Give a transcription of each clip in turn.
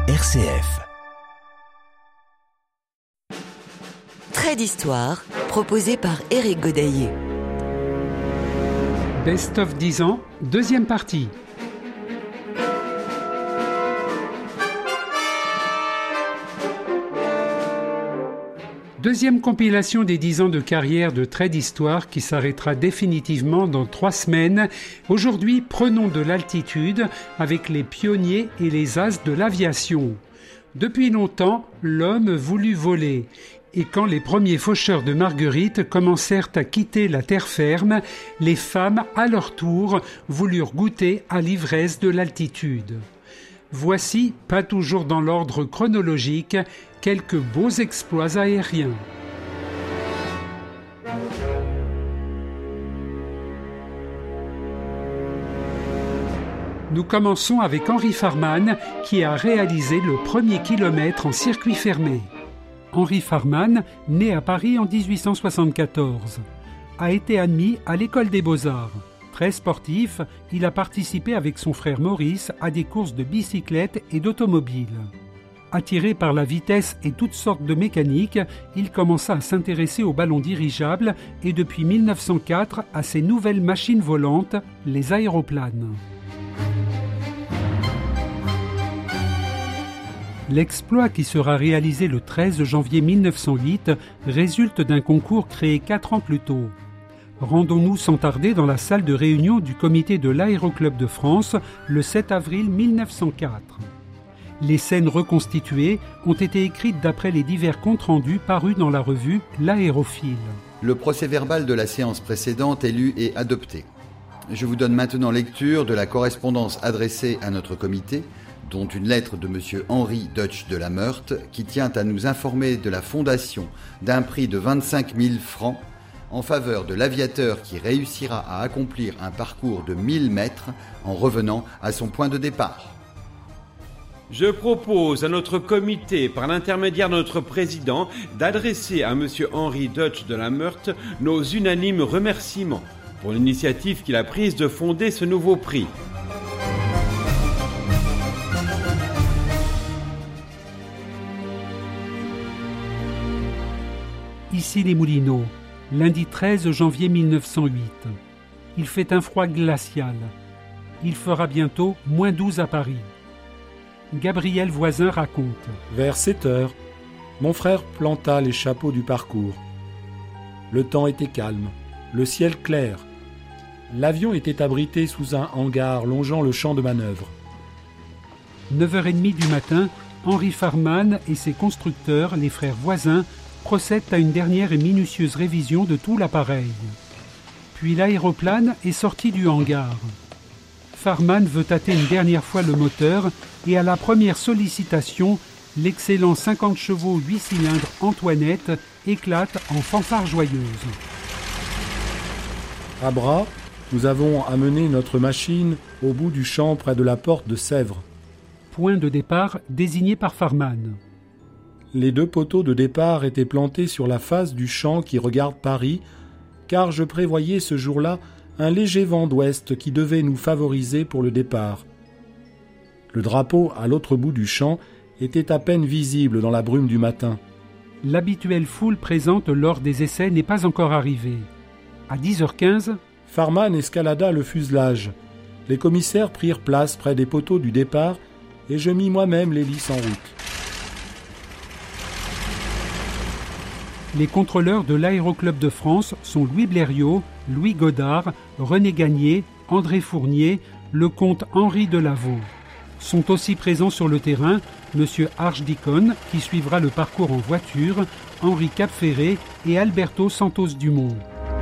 RCF. Trait d'histoire, proposé par Éric Godaillé. Best of 10 ans, deuxième partie. Deuxième compilation des 10 ans de carrière de Trait d'histoire qui s'arrêtera définitivement dans 3 semaines. Aujourd'hui, prenons de l'altitude avec les pionniers et les as de l'aviation. Depuis longtemps, l'homme voulut voler. Et quand les premiers faucheurs de marguerites commencèrent à quitter la terre ferme, les femmes, à leur tour, voulurent goûter à l'ivresse de l'altitude. Voici, pas toujours dans l'ordre chronologique, quelques beaux exploits aériens. Nous commençons avec Henri Farman, qui a réalisé le premier kilomètre en circuit fermé. Henri Farman, né à Paris en 1874, a été admis à l'École des Beaux-Arts. Très sportif, il a participé avec son frère Maurice à des courses de bicyclettes et d'automobiles. Attiré par la vitesse et toutes sortes de mécanique, il commença à s'intéresser aux ballons dirigeables et depuis 1904 à ces nouvelles machines volantes, les aéroplanes. L'exploit qui sera réalisé le 13 janvier 1908 résulte d'un concours créé 4 ans plus tôt. Rendons-nous sans tarder dans la salle de réunion du comité de l'Aéroclub de France le 7 avril 1904. Les scènes reconstituées ont été écrites d'après les divers comptes rendus parus dans la revue L'Aérophile. Le procès-verbal de la séance précédente est lu et adopté. Je vous donne maintenant lecture de la correspondance adressée à notre comité, dont une lettre de M. Henri Deutsch de la Meurthe, qui tient à nous informer de la fondation d'un prix de 25 000 francs en faveur de l'aviateur qui réussira à accomplir un parcours de 1000 mètres en revenant à son point de départ. Je propose à notre comité, par l'intermédiaire de notre président, d'adresser à M. Henri Deutsch de la Meurthe nos unanimes remerciements pour l'initiative qu'il a prise de fonder ce nouveau prix. Ici les Moulineaux, lundi 13 janvier 1908. Il fait un froid glacial. Il fera bientôt moins 12 à Paris. Gabriel Voisin raconte. Vers 7 heures, mon frère planta les chapeaux du parcours. Le temps était calme, le ciel clair. L'avion était abrité sous un hangar longeant le champ de manœuvre. 9h30 du matin, Henri Farman et ses constructeurs, les frères Voisin, procèdent à une dernière et minutieuse révision de tout l'appareil. Puis l'aéroplane est sorti du hangar. Farman veut tâter une dernière fois le moteur et à la première sollicitation, l'excellent 50 chevaux 8 cylindres Antoinette éclate en fanfare joyeuse. À bras, nous avons amené notre machine au bout du champ près de la porte de Sèvres. Point de départ désigné par Farman. Les 2 poteaux de départ étaient plantés sur la face du champ qui regarde Paris, car je prévoyais ce jour-là un léger vent d'ouest qui devait nous favoriser pour le départ. Le drapeau à l'autre bout du champ était à peine visible dans la brume du matin. L'habituelle foule présente lors des essais n'est pas encore arrivée. À 10h15, Farman escalada le fuselage. Les commissaires prirent place près des poteaux du départ et je mis moi-même l'hélice en route. Les contrôleurs de l'Aéroclub de France sont Louis Blériot, Louis Godard, René Gagné, André Fournier, le comte Henri Delaveau. Sont aussi présents sur le terrain M. Archdicon, qui suivra le parcours en voiture, Henri Capferré et Alberto Santos Dumont.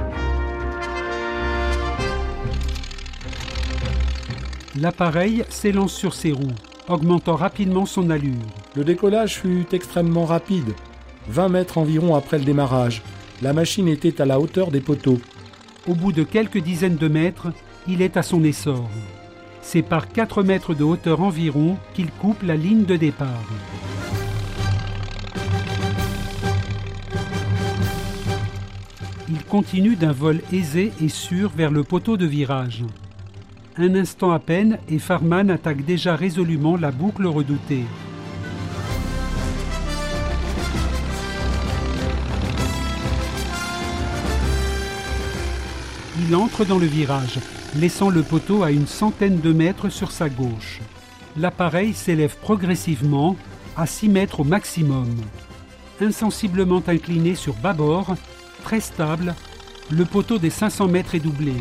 L'appareil s'élance sur ses roues, augmentant rapidement son allure. Le décollage fut extrêmement rapide. 20 mètres environ après le démarrage, la machine était à la hauteur des poteaux. Au bout de quelques dizaines de mètres, il est à son essor. C'est par 4 mètres de hauteur environ qu'il coupe la ligne de départ. Il continue d'un vol aisé et sûr vers le poteau de virage. Un instant à peine et Farman attaque déjà résolument la boucle redoutée. Il entre dans le virage, laissant le poteau à une centaine de mètres sur sa gauche. L'appareil s'élève progressivement à 6 mètres au maximum. Insensiblement incliné sur bâbord, très stable, le poteau des 500 mètres est doublé.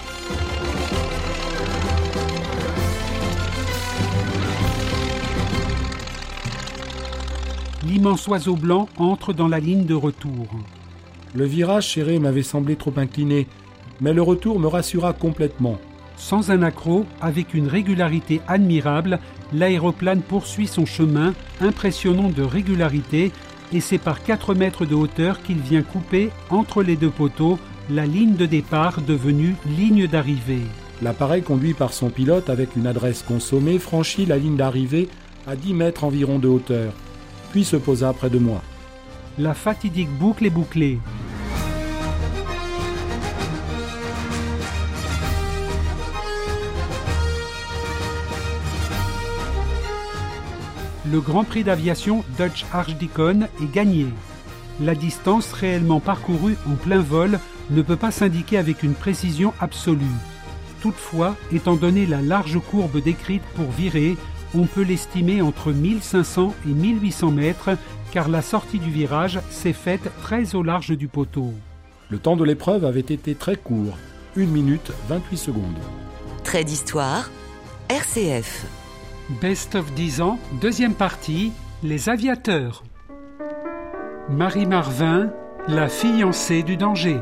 L'immense oiseau blanc entre dans la ligne de retour. Le virage serré m'avait semblé trop incliné, mais le retour me rassura complètement. Sans un accroc, avec une régularité admirable, l'aéroplane poursuit son chemin impressionnant de régularité et c'est par 4 mètres de hauteur qu'il vient couper entre les deux poteaux la ligne de départ devenue ligne d'arrivée. L'appareil conduit par son pilote avec une adresse consommée franchit la ligne d'arrivée à 10 mètres environ de hauteur, puis se posa près de moi. La fatidique boucle est bouclée. Le Grand Prix d'aviation Dutch Archdeacon est gagné. La distance réellement parcourue en plein vol ne peut pas s'indiquer avec une précision absolue. Toutefois, étant donné la large courbe décrite pour virer, on peut l'estimer entre 1500 et 1800 mètres, car la sortie du virage s'est faite très au large du poteau. Le temps de l'épreuve avait été très court, 1 minute 28 secondes. Trait d'histoire, RCF. Best of 10 ans, deuxième partie, les aviateurs. Marie Marvin, la fiancée du danger.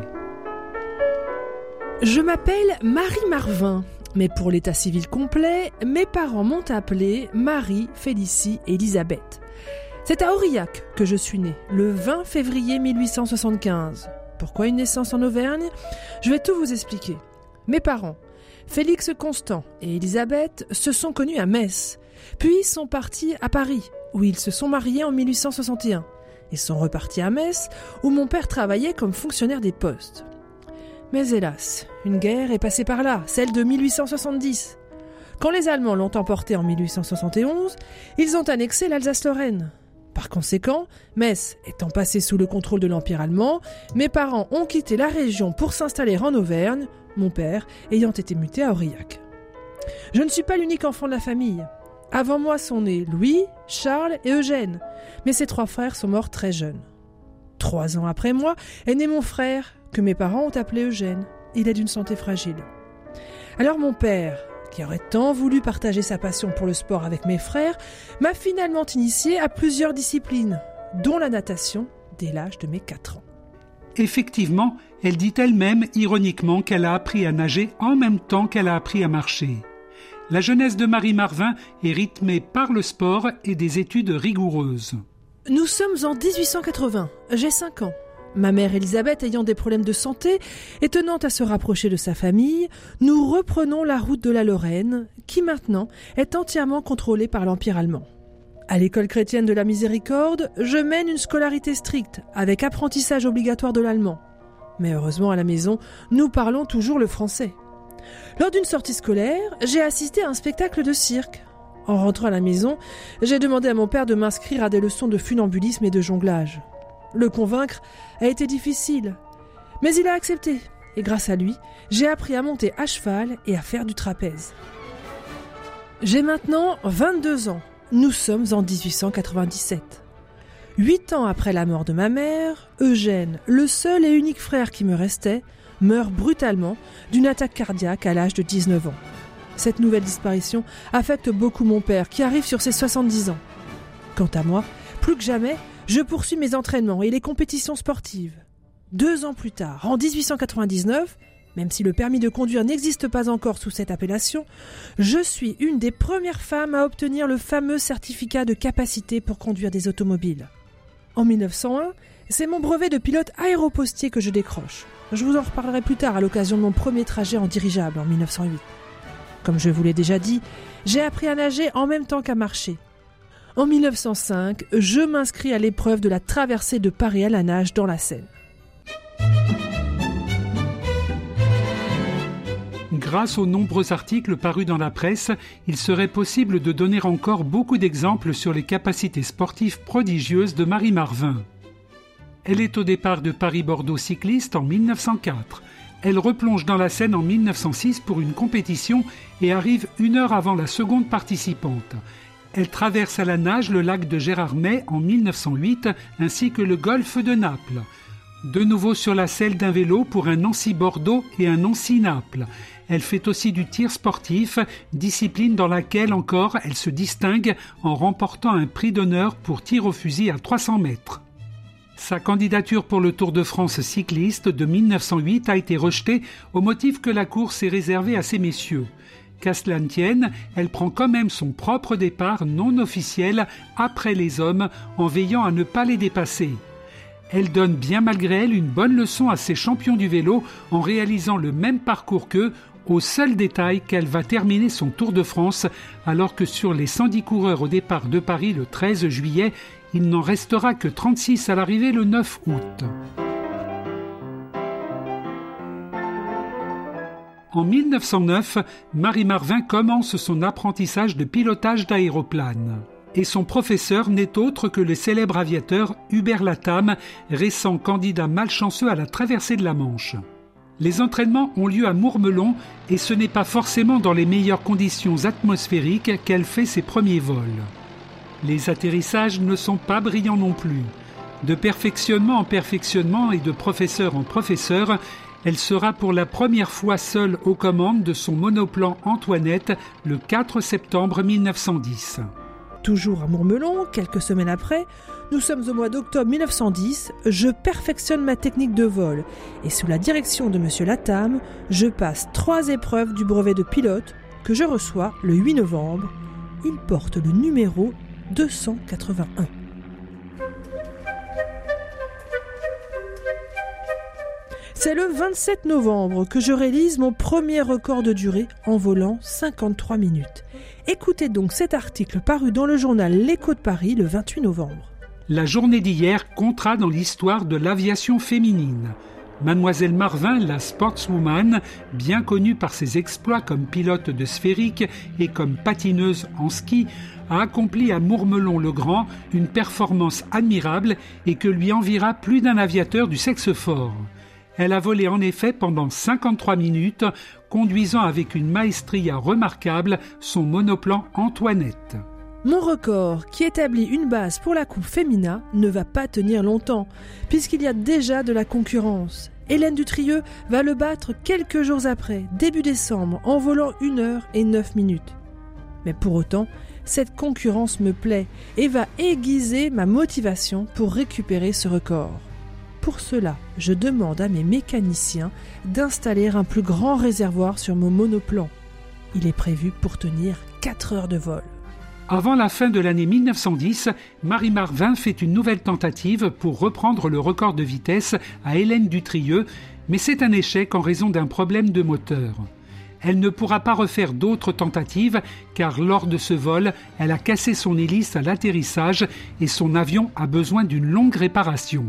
Je m'appelle Marie Marvin, mais pour l'état civil complet, mes parents m'ont appelée Marie Félicie Elisabeth. C'est à Aurillac que je suis née, le 20 février 1875. Pourquoi une naissance en Auvergne ? Je vais tout vous expliquer. Mes parents, Félix Constant et Elisabeth, se sont connus à Metz, puis sont partis à Paris, où ils se sont mariés en 1861. Ils sont repartis à Metz, où mon père travaillait comme fonctionnaire des postes. Mais hélas, une guerre est passée par là, celle de 1870. Quand les Allemands l'ont emportée en 1871, ils ont annexé l'Alsace-Lorraine. Par conséquent, Metz étant passé sous le contrôle de l'Empire allemand, mes parents ont quitté la région pour s'installer en Auvergne, mon père ayant été muté à Aurillac. Je ne suis pas l'unique enfant de la famille. Avant moi sont nés Louis, Charles et Eugène, mais ces 3 frères sont morts très jeunes. 3 ans après moi est né mon frère, que mes parents ont appelé Eugène. Il est d'une santé fragile. Alors mon père, qui aurait tant voulu partager sa passion pour le sport avec mes frères, m'a finalement initié à plusieurs disciplines, dont la natation, dès l'âge de mes 4 ans. Effectivement, elle dit elle-même ironiquement qu'elle a appris à nager en même temps qu'elle a appris à marcher. La jeunesse de Marie Marvin est rythmée par le sport et des études rigoureuses. Nous sommes en 1880, j'ai 5 ans. Ma mère Elisabeth ayant des problèmes de santé et tenant à se rapprocher de sa famille, nous reprenons la route de la Lorraine, qui maintenant est entièrement contrôlée par l'Empire allemand. À l'école chrétienne de la Miséricorde, je mène une scolarité stricte, avec apprentissage obligatoire de l'allemand. Mais heureusement à la maison, nous parlons toujours le français. Lors d'une sortie scolaire, j'ai assisté à un spectacle de cirque. En rentrant à la maison, j'ai demandé à mon père de m'inscrire à des leçons de funambulisme et de jonglage. Le convaincre a été difficile, mais il a accepté. Et grâce à lui, j'ai appris à monter à cheval et à faire du trapèze. J'ai maintenant 22 ans. Nous sommes en 1897. 8 ans après la mort de ma mère, Eugène, le seul et unique frère qui me restait, meurt brutalement d'une attaque cardiaque à l'âge de 19 ans. Cette nouvelle disparition affecte beaucoup mon père, qui arrive sur ses 70 ans. Quant à moi, plus que jamais, je poursuis mes entraînements et les compétitions sportives. 2 ans plus tard, en 1899, même si le permis de conduire n'existe pas encore sous cette appellation, je suis une des premières femmes à obtenir le fameux certificat de capacité pour conduire des automobiles. En 1901, c'est mon brevet de pilote aéropostier que je décroche. Je vous en reparlerai plus tard à l'occasion de mon premier trajet en dirigeable en 1908. Comme je vous l'ai déjà dit, j'ai appris à nager en même temps qu'à marcher. En 1905, je m'inscris à l'épreuve de la traversée de Paris à la nage dans la Seine. Grâce aux nombreux articles parus dans la presse, il serait possible de donner encore beaucoup d'exemples sur les capacités sportives prodigieuses de Marie Marvin. Elle est au départ de Paris-Bordeaux cycliste en 1904. Elle replonge dans la Seine en 1906 pour une compétition et arrive 1 heure avant la seconde participante. Elle traverse à la nage le lac de Gérardmer en 1908 ainsi que le golfe de Naples. De nouveau sur la selle d'un vélo pour un Nancy-Bordeaux et un Nancy-Naples. Elle fait aussi du tir sportif, discipline dans laquelle encore elle se distingue en remportant un prix d'honneur pour tir au fusil à 300 mètres. Sa candidature pour le Tour de France cycliste de 1908 a été rejetée au motif que la course est réservée à ces messieurs. Qu'à cela ne tienne, elle prend quand même son propre départ non officiel après les hommes en veillant à ne pas les dépasser. Elle donne bien malgré elle une bonne leçon à ses champions du vélo en réalisant le même parcours qu'eux, au seul détail qu'elle va terminer son Tour de France alors que sur les 110 coureurs au départ de Paris le 13 juillet, il n'en restera que 36 à l'arrivée le 9 août. En 1909, Marie Marvin commence son apprentissage de pilotage d'aéroplane. Et son professeur n'est autre que le célèbre aviateur Hubert Latham, récent candidat malchanceux à la traversée de la Manche. Les entraînements ont lieu à Mourmelon et ce n'est pas forcément dans les meilleures conditions atmosphériques qu'elle fait ses premiers vols. Les atterrissages ne sont pas brillants non plus. De perfectionnement en perfectionnement et de professeur en professeur, elle sera pour la première fois seule aux commandes de son monoplan Antoinette le 4 septembre 1910. Toujours à Mourmelon, quelques semaines après, nous sommes au mois d'octobre 1910, je perfectionne ma technique de vol et sous la direction de M. Latham, je passe 3 épreuves du brevet de pilote que je reçois le 8 novembre. Il porte le numéro 281. C'est le 27 novembre que je réalise mon premier record de durée en volant 53 minutes. Écoutez donc cet article paru dans le journal L'Écho de Paris le 28 novembre. La journée d'hier comptera dans l'histoire de l'aviation féminine. Mademoiselle Marvin, la sportswoman, bien connue par ses exploits comme pilote de sphérique et comme patineuse en ski, a accompli à Mourmelon-le-Grand une performance admirable et que lui enviera plus d'un aviateur du sexe fort. Elle a volé en effet pendant 53 minutes, conduisant avec une maestria remarquable son monoplan Antoinette. Mon record, qui établit une base pour la Coupe Femina, ne va pas tenir longtemps, puisqu'il y a déjà de la concurrence. Hélène Dutrieux va le battre quelques jours après, début décembre, en volant 1 heure et 9 minutes. Mais pour autant, cette concurrence me plaît et va aiguiser ma motivation pour récupérer ce record. Pour cela, je demande à mes mécaniciens d'installer un plus grand réservoir sur mon monoplan. Il est prévu pour tenir 4 heures de vol. Avant la fin de l'année 1910, Marie Marvin fait une nouvelle tentative pour reprendre le record de vitesse à Hélène Dutrieux, mais c'est un échec en raison d'un problème de moteur. Elle ne pourra pas refaire d'autres tentatives car lors de ce vol, elle a cassé son hélice à l'atterrissage et son avion a besoin d'une longue réparation.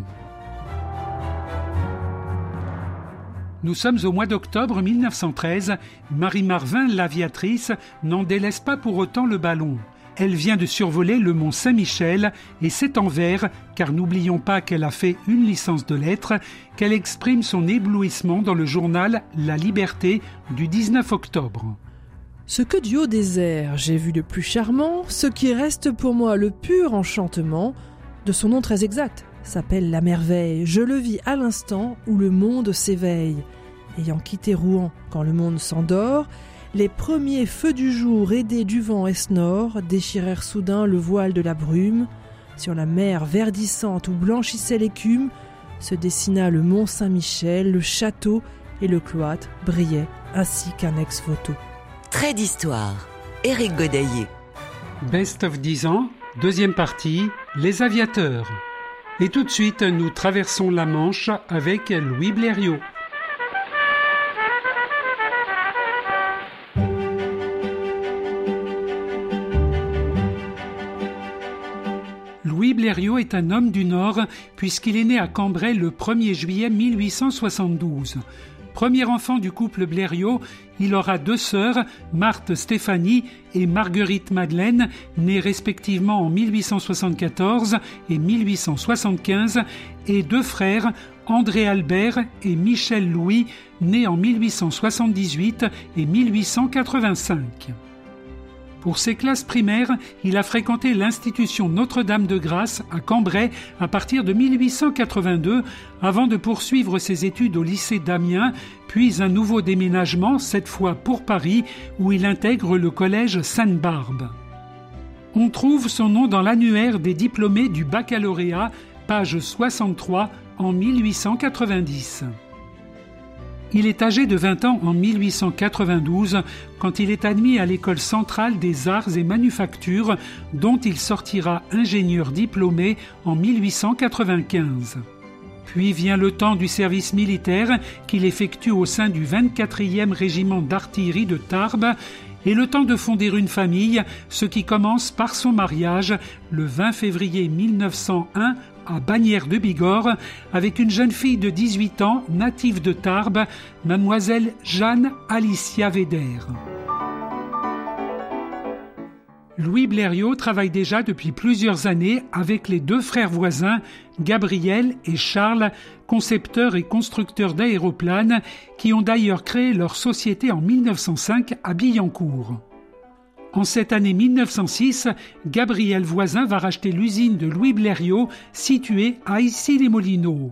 Nous sommes au mois d'octobre 1913. Marie Marvin, l'aviatrice, n'en délaisse pas pour autant le ballon. Elle vient de survoler le mont Saint-Michel et c'est en vers, car n'oublions pas qu'elle a fait une licence de lettres, qu'elle exprime son éblouissement dans le journal La Liberté du 19 octobre. Ce que du haut des airs j'ai vu de plus charmant, ce qui reste pour moi le pur enchantement, de son nom très exact, s'appelle la merveille. Je le vis à l'instant où le monde s'éveille. Ayant quitté Rouen quand le monde s'endort, les premiers feux du jour aidés du vent est-nord déchirèrent soudain le voile de la brume. Sur la mer verdissante où blanchissait l'écume, se dessina le mont Saint-Michel, le château et le cloître brillaient ainsi qu'un ex-voto. Trait d'histoire, Éric Godaillé. Best of 10 ans, deuxième partie, les aviateurs. Et tout de suite, nous traversons la Manche avec Louis Blériot. Louis Blériot est un homme du Nord puisqu'il est né à Cambrai le 1er juillet 1872. Premier enfant du couple Blériot, il aura 2 sœurs, Marthe Stéphanie et Marguerite Madeleine, nées respectivement en 1874 et 1875, et 2 frères, André Albert et Michel Louis, nés en 1878 et 1885. Pour ses classes primaires, il a fréquenté l'institution Notre-Dame-de-Grâce à Cambrai à partir de 1882, avant de poursuivre ses études au lycée d'Amiens, puis un nouveau déménagement, cette fois pour Paris, où il intègre le collège Sainte-Barbe. On trouve son nom dans l'annuaire des diplômés du baccalauréat, page 63, en 1890. Il est âgé de 20 ans en 1892 quand il est admis à l'École centrale des arts et manufactures dont il sortira ingénieur diplômé en 1895. Puis vient le temps du service militaire qu'il effectue au sein du 24e régiment d'artillerie de Tarbes et le temps de fonder une famille, ce qui commence par son mariage le 20 février 1901 à Bagnères de Bigorre, avec une jeune fille de 18 ans, native de Tarbes, mademoiselle Jeanne Alicia Véder. Louis Blériot travaille déjà depuis plusieurs années avec les deux frères voisins, Gabriel et Charles, concepteurs et constructeurs d'aéroplanes, qui ont d'ailleurs créé leur société en 1905 à Billancourt. En cette année 1906, Gabriel Voisin va racheter l'usine de Louis Blériot située à Issy-les-Moulineaux.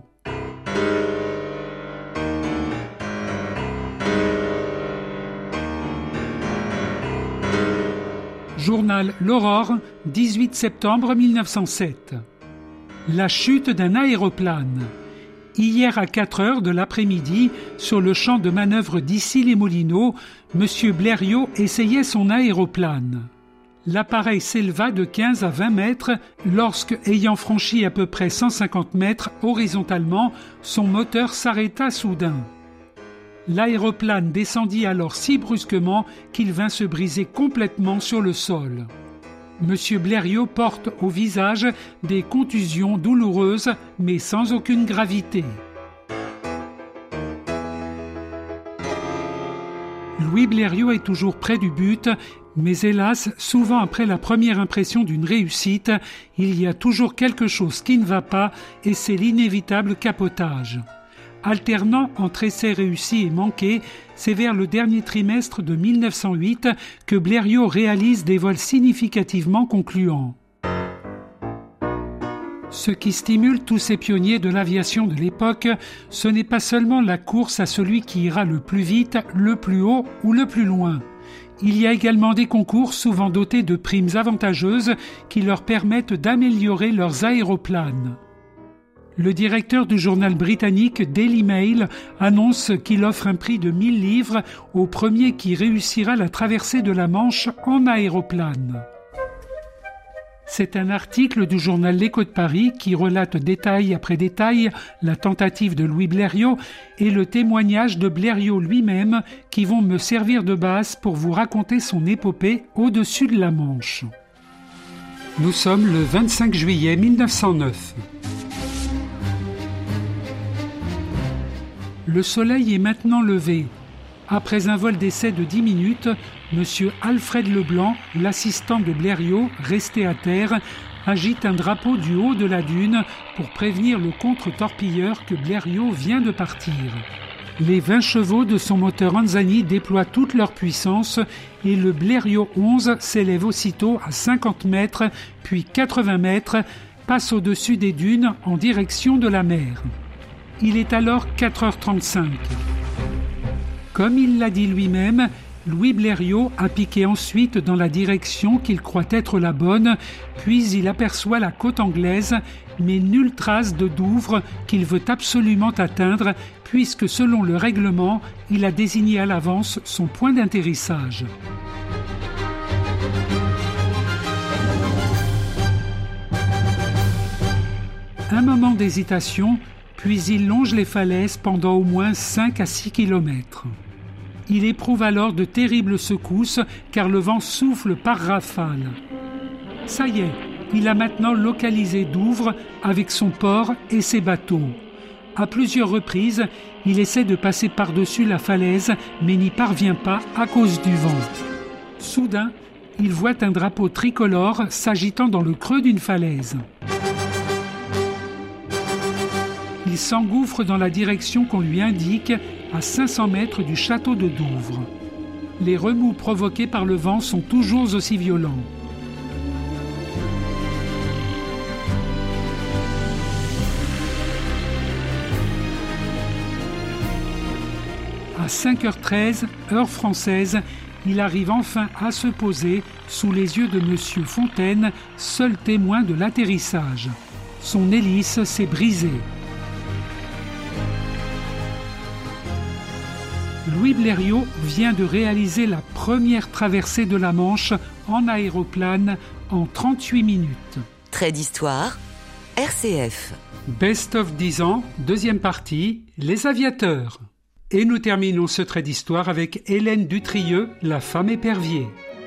Journal L'Aurore, 18 septembre 1907. La chute d'un aéroplane. Hier à 4 heures de l'après-midi, sur le champ de manœuvre d'Issy-les-Moulineaux, M. Blériot essayait son aéroplane. L'appareil s'éleva de 15 à 20 mètres lorsque, ayant franchi à peu près 150 mètres horizontalement, son moteur s'arrêta soudain. L'aéroplane descendit alors si brusquement qu'il vint se briser complètement sur le sol. M. Blériot porte au visage des contusions douloureuses, mais sans aucune gravité. Louis Blériot est toujours près du but, mais hélas, souvent après la première impression d'une réussite, il y a toujours quelque chose qui ne va pas et c'est l'inévitable capotage. Alternant entre essais réussis et manqués, c'est vers le dernier trimestre de 1908 que Blériot réalise des vols significativement concluants. Ce qui stimule tous ces pionniers de l'aviation de l'époque, ce n'est pas seulement la course à celui qui ira le plus vite, le plus haut ou le plus loin. Il y a également des concours souvent dotés de primes avantageuses qui leur permettent d'améliorer leurs aéroplanes. Le directeur du journal britannique Daily Mail annonce qu'il offre un prix de 1000 livres au premier qui réussira la traversée de la Manche en aéroplane. C'est un article du journal L'Écho de Paris qui relate détail après détail la tentative de Louis Blériot et le témoignage de Blériot lui-même qui vont me servir de base pour vous raconter son épopée au-dessus de la Manche. Nous sommes le 25 juillet 1909. Le soleil est maintenant levé. Après un vol d'essai de 10 minutes, M. Alfred Leblanc, l'assistant de Blériot, resté à terre, agite un drapeau du haut de la dune pour prévenir le contre-torpilleur que Blériot vient de partir. Les 20 chevaux de son moteur Anzani déploient toute leur puissance et le Blériot 11 s'élève aussitôt à 50 mètres, puis 80 mètres, passe au-dessus des dunes en direction de la mer. Il est alors 4h35. Comme il l'a dit lui-même, Louis Blériot a piqué ensuite dans la direction qu'il croit être la bonne, puis il aperçoit la côte anglaise, mais nulle trace de Douvres qu'il veut absolument atteindre, puisque selon le règlement, il a désigné à l'avance son point d'atterrissage. Un moment d'hésitation, puis il longe les falaises pendant au moins 5 à 6 kilomètres. Il éprouve alors de terribles secousses car le vent souffle par rafales. Ça y est, il a maintenant localisé Douvres avec son port et ses bateaux. À plusieurs reprises, il essaie de passer par-dessus la falaise mais n'y parvient pas à cause du vent. Soudain, il voit un drapeau tricolore s'agitant dans le creux d'une falaise. Il Il s'engouffre dans la direction qu'on lui indique, à 500 mètres du château de Douvres. Les remous provoqués par le vent sont toujours aussi violents. À 5h13, heure française, il arrive enfin à se poser sous les yeux de Monsieur Fontaine, seul témoin de l'atterrissage. Son hélice s'est brisée. Louis Blériot vient de réaliser la première traversée de la Manche en aéroplane en 38 minutes. Trait d'histoire, RCF. Best of 10 ans, deuxième partie, les aviateurs. Et nous terminons ce trait d'histoire avec Hélène Dutrieux, la femme épervier.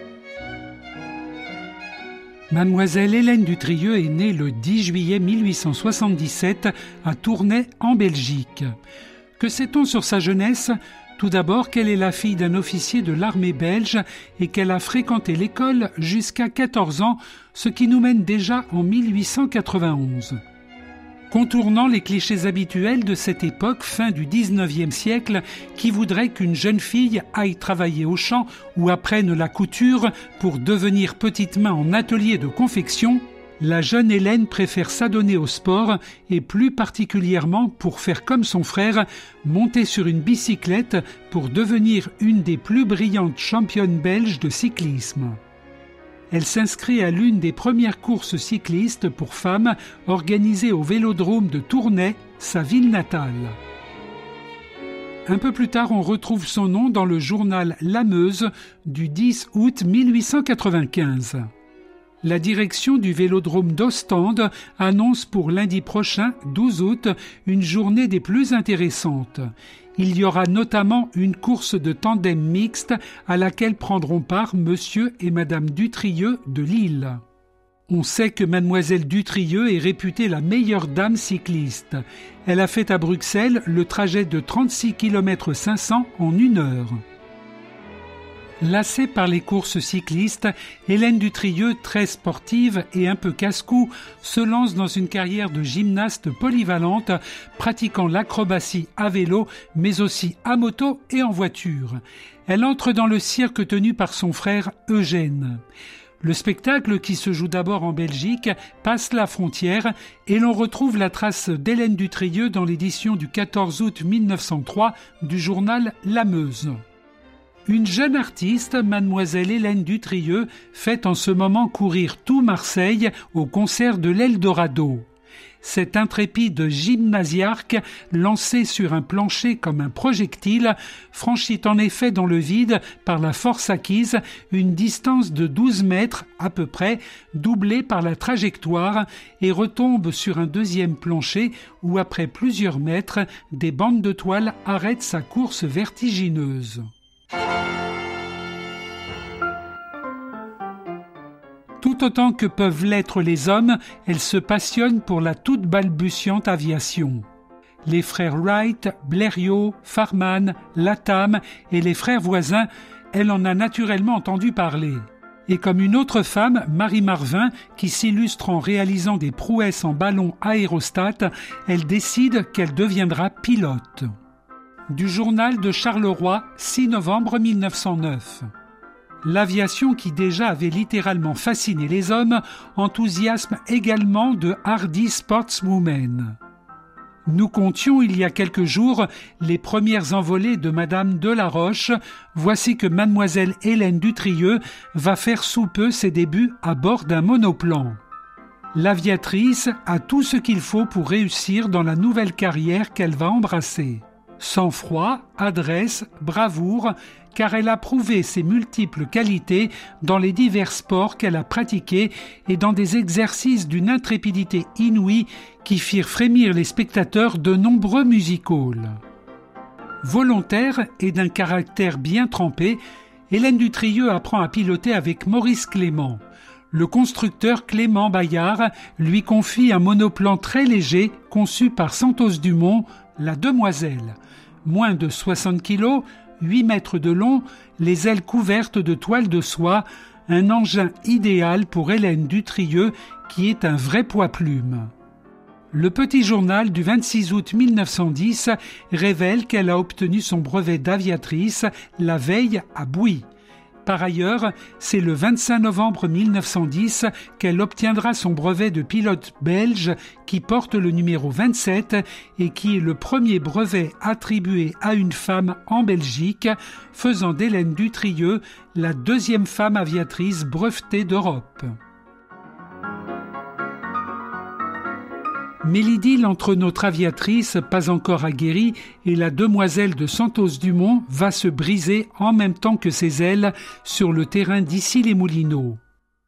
Mademoiselle Hélène Dutrieux est née le 10 juillet 1877 à Tournai, en Belgique. Que sait-on sur sa jeunesse ? Tout d'abord qu'elle est la fille d'un officier de l'armée belge et qu'elle a fréquenté l'école jusqu'à 14 ans, ce qui nous mène déjà en 1891. Contournant les clichés habituels de cette époque, fin du 19e siècle, qui voudrait qu'une jeune fille aille travailler au champ ou apprenne la couture pour devenir petite main en atelier de confection, la jeune Hélène préfère s'adonner au sport et plus particulièrement pour faire comme son frère, monter sur une bicyclette pour devenir une des plus brillantes championnes belges de cyclisme. Elle s'inscrit à l'une des premières courses cyclistes pour femmes organisées au Vélodrome de Tournai, sa ville natale. Un peu plus tard, on retrouve son nom dans le journal La Meuse du 10 août 1895. La direction du Vélodrome d'Ostende annonce pour lundi prochain, 12 août, une journée des plus intéressantes. Il y aura notamment une course de tandem mixte à laquelle prendront part Monsieur et Madame Dutrieux de Lille. On sait que Mademoiselle Dutrieux est réputée la meilleure dame cycliste. Elle a fait à Bruxelles le trajet de 36 km 500 en 1 heure. Lassée par les courses cyclistes, Hélène Dutrieux, très sportive et un peu casse-cou, se lance dans une carrière de gymnaste polyvalente, pratiquant l'acrobatie à vélo, mais aussi à moto et en voiture. Elle entre dans le cirque tenu par son frère Eugène. Le spectacle, qui se joue d'abord en Belgique, passe la frontière et l'on retrouve la trace d'Hélène Dutrieux dans l'édition du 14 août 1903 du journal La Meuse. Une jeune artiste, Mademoiselle Hélène Dutrieux, fait en ce moment courir tout Marseille au concert de l'Eldorado. Cette intrépide gymnasiarque, lancée sur un plancher comme un projectile, franchit en effet dans le vide, par la force acquise, une distance de 12 mètres à peu près, doublée par la trajectoire, et retombe sur un deuxième plancher où, après plusieurs mètres, des bandes de toile arrêtent sa course vertigineuse. Tout autant que peuvent l'être les hommes, elle se passionne pour la toute balbutiante aviation. Les frères Wright, Blériot, Farman, Latham et les frères voisins, elle en a naturellement entendu parler. Et comme une autre femme, Marie Marvin, qui s'illustre en réalisant des prouesses en ballon aérostat, elle décide qu'elle deviendra pilote. Du journal de Charleroi, 6 novembre 1909. L'aviation, qui déjà avait littéralement fasciné les hommes, enthousiasme également de hardy sportswomen. Nous comptions il y a quelques jours les premières envolées de Madame Delaroche. Voici que Mademoiselle Hélène Dutrieux va faire sous peu ses débuts à bord d'un monoplan. L'aviatrice a tout ce qu'il faut pour réussir dans la nouvelle carrière qu'elle va embrasser. Sang-froid, adresse, bravoure, car elle a prouvé ses multiples qualités dans les divers sports qu'elle a pratiqués et dans des exercices d'une intrépidité inouïe qui firent frémir les spectateurs de nombreux music-halls. Volontaire et d'un caractère bien trempé, Hélène Dutrieux apprend à piloter avec Maurice Clément. Le constructeur Clément Bayard lui confie un monoplan très léger conçu par Santos Dumont, la Demoiselle. Moins de 60 kilos, 8 mètres de long, les ailes couvertes de toile de soie, un engin idéal pour Hélène Dutrieux qui est un vrai poids-plume. Le Petit Journal du 26 août 1910 révèle qu'elle a obtenu son brevet d'aviatrice la veille à Bouy. Par ailleurs, c'est le 25 novembre 1910 qu'elle obtiendra son brevet de pilote belge qui porte le numéro 27 et qui est le premier brevet attribué à une femme en Belgique, faisant d'Hélène Dutrieux la deuxième femme aviatrice brevetée d'Europe. Mais l'idylle entre notre aviatrice, pas encore aguerrie, et la demoiselle de Santos-Dumont va se briser en même temps que ses ailes sur le terrain d'Issy-les-Moulineaux.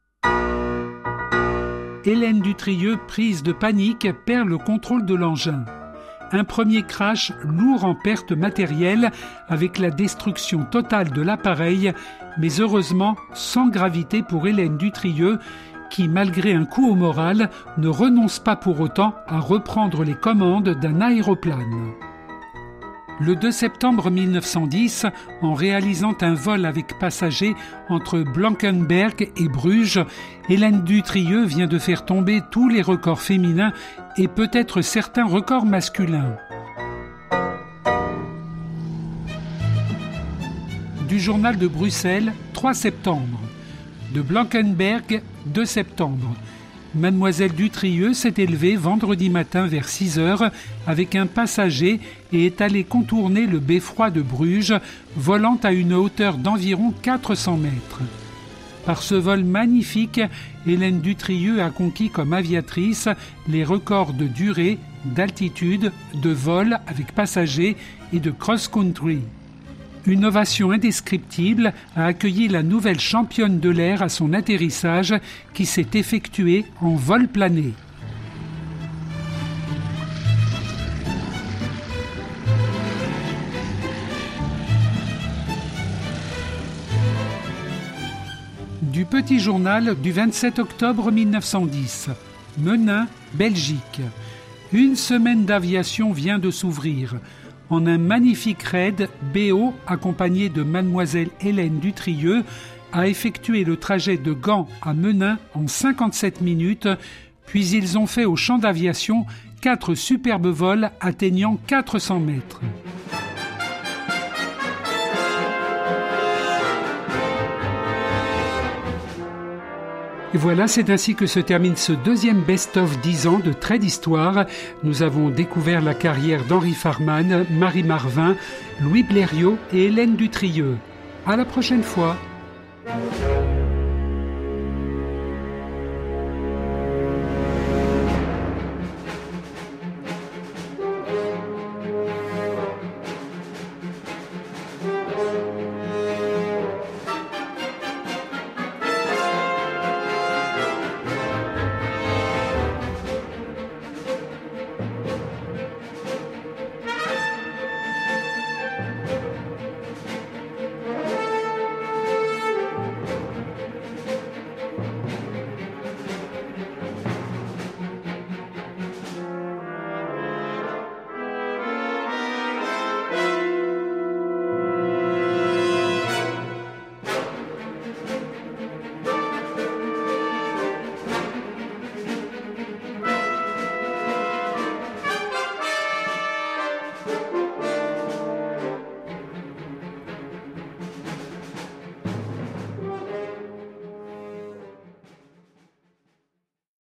Hélène Dutrieux, prise de panique, perd le contrôle de l'engin. Un premier crash lourd en pertes matérielles avec la destruction totale de l'appareil, mais heureusement sans gravité pour Hélène Dutrieux, qui, malgré un coup au moral, ne renonce pas pour autant à reprendre les commandes d'un aéroplane. Le 2 septembre 1910, en réalisant un vol avec passagers entre Blankenberg et Bruges, Hélène Dutrieux vient de faire tomber tous les records féminins et peut-être certains records masculins. Du journal de Bruxelles, 3 septembre. De Blankenberg, 2 septembre. Mademoiselle Dutrieux s'est élevée vendredi matin vers 6 heures avec un passager et est allée contourner le beffroi de Bruges, volant à une hauteur d'environ 400 mètres. Par ce vol magnifique, Hélène Dutrieux a conquis comme aviatrice les records de durée, d'altitude, de vol avec passagers et de cross-country. Une ovation indescriptible a accueilli la nouvelle championne de l'air à son atterrissage qui s'est effectué en vol plané. Du Petit Journal du 27 octobre 1910. Menin, Belgique. Une semaine d'aviation vient de s'ouvrir. En un magnifique raid, BO, accompagné de mademoiselle Hélène Dutrieux, a effectué le trajet de Gand à Menin en 57 minutes, puis ils ont fait au champ d'aviation 4 superbes vols atteignant 400 mètres. Et voilà, c'est ainsi que se termine ce deuxième best-of 10 ans de Traits d'Histoire. Nous avons découvert la carrière d'Henri Farman, Marie Marvin, Louis Blériot et Hélène Dutrieux. À la prochaine fois.